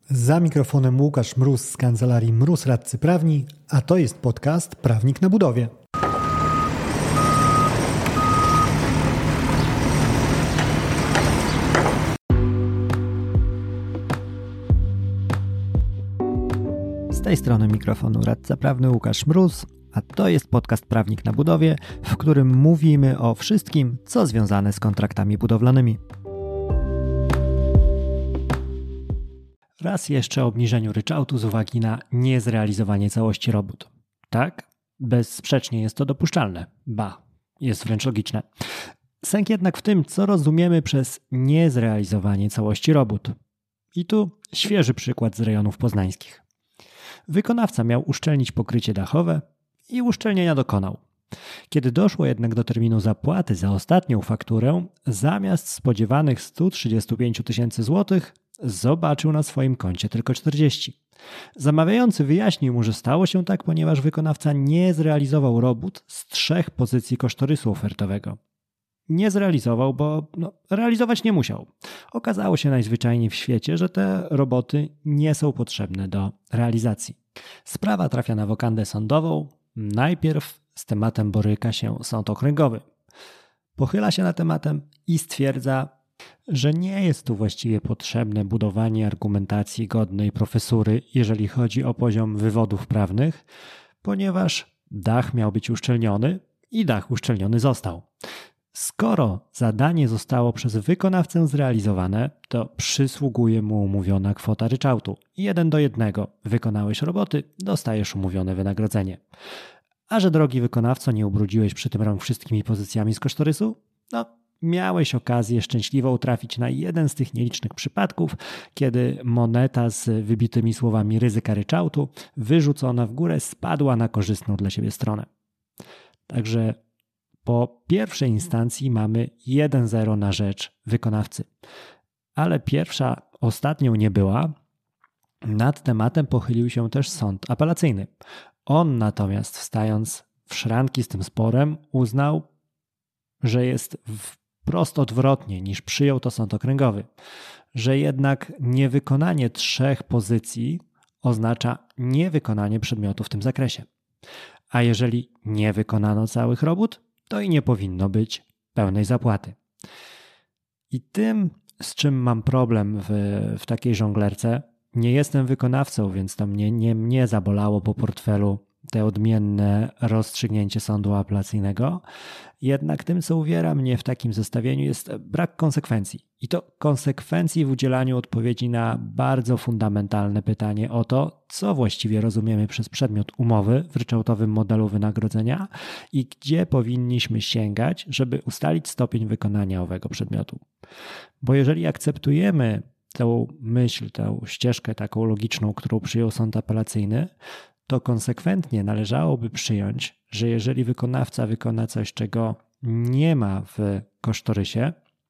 Za mikrofonem Łukasz Mróz z kancelarii Mróz Radcy Prawni, a to jest podcast Prawnik na budowie. Z tej strony mikrofonu radca prawny Łukasz Mróz, a to jest podcast Prawnik na budowie, w którym mówimy o wszystkim, co związane z kontraktami budowlanymi. Raz jeszcze o obniżeniu ryczałtu z uwagi na niezrealizowanie całości robót. Tak, bezsprzecznie jest to dopuszczalne. Jest wręcz logiczne. Sęk jednak w tym, co rozumiemy przez niezrealizowanie całości robót. I tu świeży przykład z rejonów poznańskich. Wykonawca miał uszczelnić pokrycie dachowe i uszczelnienia dokonał. Kiedy doszło jednak do terminu zapłaty za ostatnią fakturę, zamiast spodziewanych 135 000 złotych, zobaczył na swoim koncie tylko 40. Zamawiający wyjaśnił mu, że stało się tak, ponieważ wykonawca nie zrealizował robót z 3 pozycji kosztorysu ofertowego. Nie zrealizował, bo realizować nie musiał. Okazało się najzwyczajniej w świecie, że te roboty nie są potrzebne do realizacji. Sprawa trafia na wokandę sądową. Najpierw z tematem boryka się sąd okręgowy. Pochyla się nad tematem i stwierdza, że nie jest tu właściwie potrzebne budowanie argumentacji godnej profesury, jeżeli chodzi o poziom wywodów prawnych, ponieważ dach miał być uszczelniony i dach uszczelniony został. Skoro zadanie zostało przez wykonawcę zrealizowane, to przysługuje mu umówiona kwota ryczałtu. 1:1. Wykonałeś roboty, dostajesz umówione wynagrodzenie. A że drogi wykonawco nie ubrudziłeś przy tym rąk wszystkimi pozycjami z kosztorysu? Miałeś okazję szczęśliwą trafić na jeden z tych nielicznych przypadków, kiedy moneta z wybitymi słowami ryzyka ryczałtu wyrzucona w górę spadła na korzystną dla siebie stronę. Także po pierwszej instancji mamy 1-0 na rzecz wykonawcy. Ale pierwsza ostatnią nie była. Nad tematem pochylił się też sąd apelacyjny. On natomiast, wstając w szranki z tym sporem, uznał, że jest wprost odwrotnie niż przyjął to sąd okręgowy, że jednak niewykonanie 3 pozycji oznacza niewykonanie przedmiotu w tym zakresie. A jeżeli nie wykonano całych robót, to i nie powinno być pełnej zapłaty. I tym, z czym mam problem w takiej żonglerce, nie jestem wykonawcą, więc to mnie zabolało po portfelu te odmienne rozstrzygnięcie sądu apelacyjnego. Jednak tym, co uwiera mnie w takim zestawieniu, jest brak konsekwencji. I to konsekwencji w udzielaniu odpowiedzi na bardzo fundamentalne pytanie o to, co właściwie rozumiemy przez przedmiot umowy w ryczałtowym modelu wynagrodzenia i gdzie powinniśmy sięgać, żeby ustalić stopień wykonania owego przedmiotu. Bo jeżeli akceptujemy tę myśl, tę ścieżkę taką logiczną, którą przyjął sąd apelacyjny, to konsekwentnie należałoby przyjąć, że jeżeli wykonawca wykona coś, czego nie ma w kosztorysie,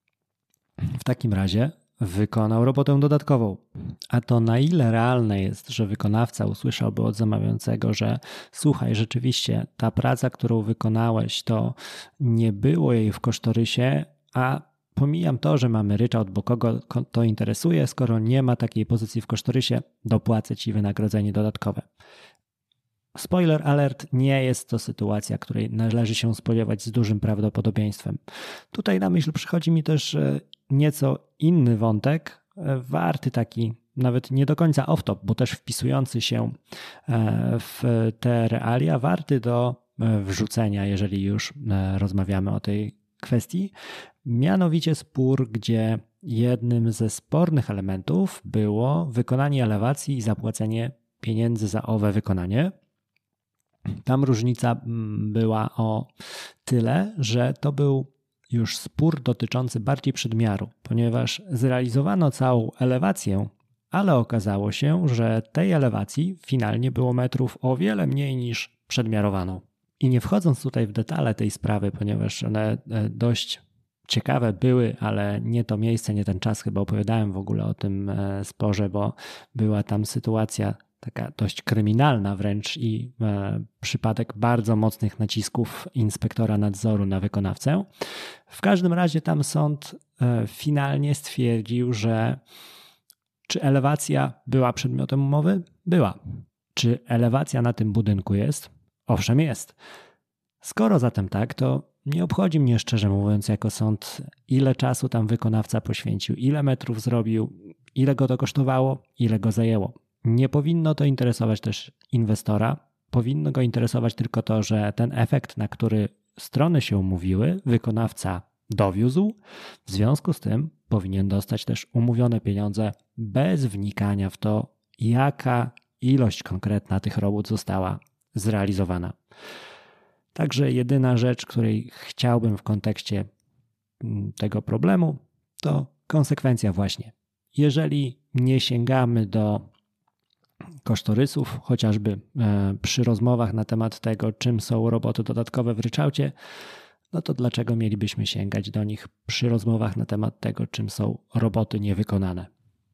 w takim razie wykonał robotę dodatkową. A to na ile realne jest, że wykonawca usłyszałby od zamawiającego, że słuchaj, rzeczywiście ta praca, którą wykonałeś, to nie było jej w kosztorysie, a pomijam to, że mamy ryczałt, bo kogo to interesuje, skoro nie ma takiej pozycji w kosztorysie, dopłacę ci wynagrodzenie dodatkowe. Spoiler alert, nie jest to sytuacja, której należy się spodziewać z dużym prawdopodobieństwem. Tutaj na myśl przychodzi mi też nieco inny wątek, warty taki, nawet nie do końca off-top, bo też wpisujący się w te realia, warty do wrzucenia, jeżeli już rozmawiamy o tej kwestii. Mianowicie spór, gdzie jednym ze spornych elementów było wykonanie elewacji i zapłacenie pieniędzy za owe wykonanie. Tam różnica była o tyle, że to był już spór dotyczący bardziej przedmiaru, ponieważ zrealizowano całą elewację, ale okazało się, że tej elewacji finalnie było metrów o wiele mniej niż przedmiarowano. I nie wchodząc tutaj w detale tej sprawy, ponieważ one dość ciekawe były, ale nie to miejsce, nie ten czas, chyba opowiadałem w ogóle o tym sporze, bo była tam sytuacja taka dość kryminalna wręcz i przypadek bardzo mocnych nacisków inspektora nadzoru na wykonawcę. W każdym razie tam sąd finalnie stwierdził, że Czy elewacja była przedmiotem umowy? Była. Czy elewacja na tym budynku jest? Owszem, jest. Skoro zatem tak, to nie obchodzi mnie, szczerze mówiąc, jako sąd, ile czasu tam wykonawca poświęcił, ile metrów zrobił, ile go to kosztowało, ile go zajęło. Nie powinno to interesować też inwestora. Powinno go interesować tylko to, że ten efekt, na który strony się umówiły, wykonawca dowiózł. W związku z tym powinien dostać też umówione pieniądze bez wnikania w to, jaka ilość konkretna tych robót została zrealizowana. Także jedyna rzecz, której chciałbym w kontekście tego problemu, to konsekwencja właśnie. Jeżeli nie sięgamy do kosztorysów, chociażby przy rozmowach na temat tego, czym są roboty dodatkowe w ryczałcie, no to dlaczego mielibyśmy sięgać do nich przy rozmowach na temat tego, czym są roboty niewykonane?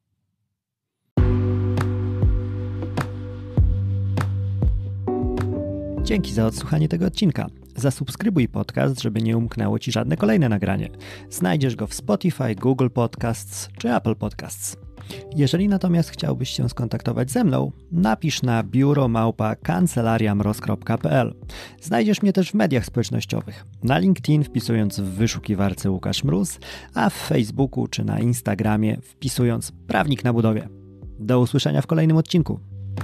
Dzięki za odsłuchanie tego odcinka. Zasubskrybuj podcast, żeby nie umknęło Ci żadne kolejne nagranie. Znajdziesz go w Spotify, Google Podcasts czy Apple Podcasts. Jeżeli natomiast chciałbyś się skontaktować ze mną, napisz na biuro@kancelariamroz.pl. Znajdziesz mnie też w mediach społecznościowych. Na LinkedIn wpisując w wyszukiwarce Łukasz Mróz, a w Facebooku czy na Instagramie wpisując Prawnik na budowie. Do usłyszenia w kolejnym odcinku.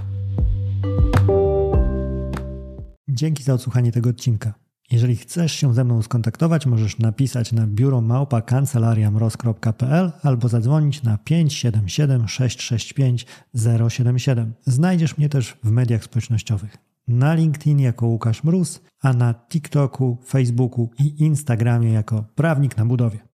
Dzięki za odsłuchanie tego odcinka. Jeżeli chcesz się ze mną skontaktować, możesz napisać na biuro@kancelariamroz.pl albo zadzwonić na 577 665 077. Znajdziesz mnie też w mediach społecznościowych. Na LinkedIn jako Łukasz Mróz, a na TikToku, Facebooku i Instagramie jako Prawnik na budowie.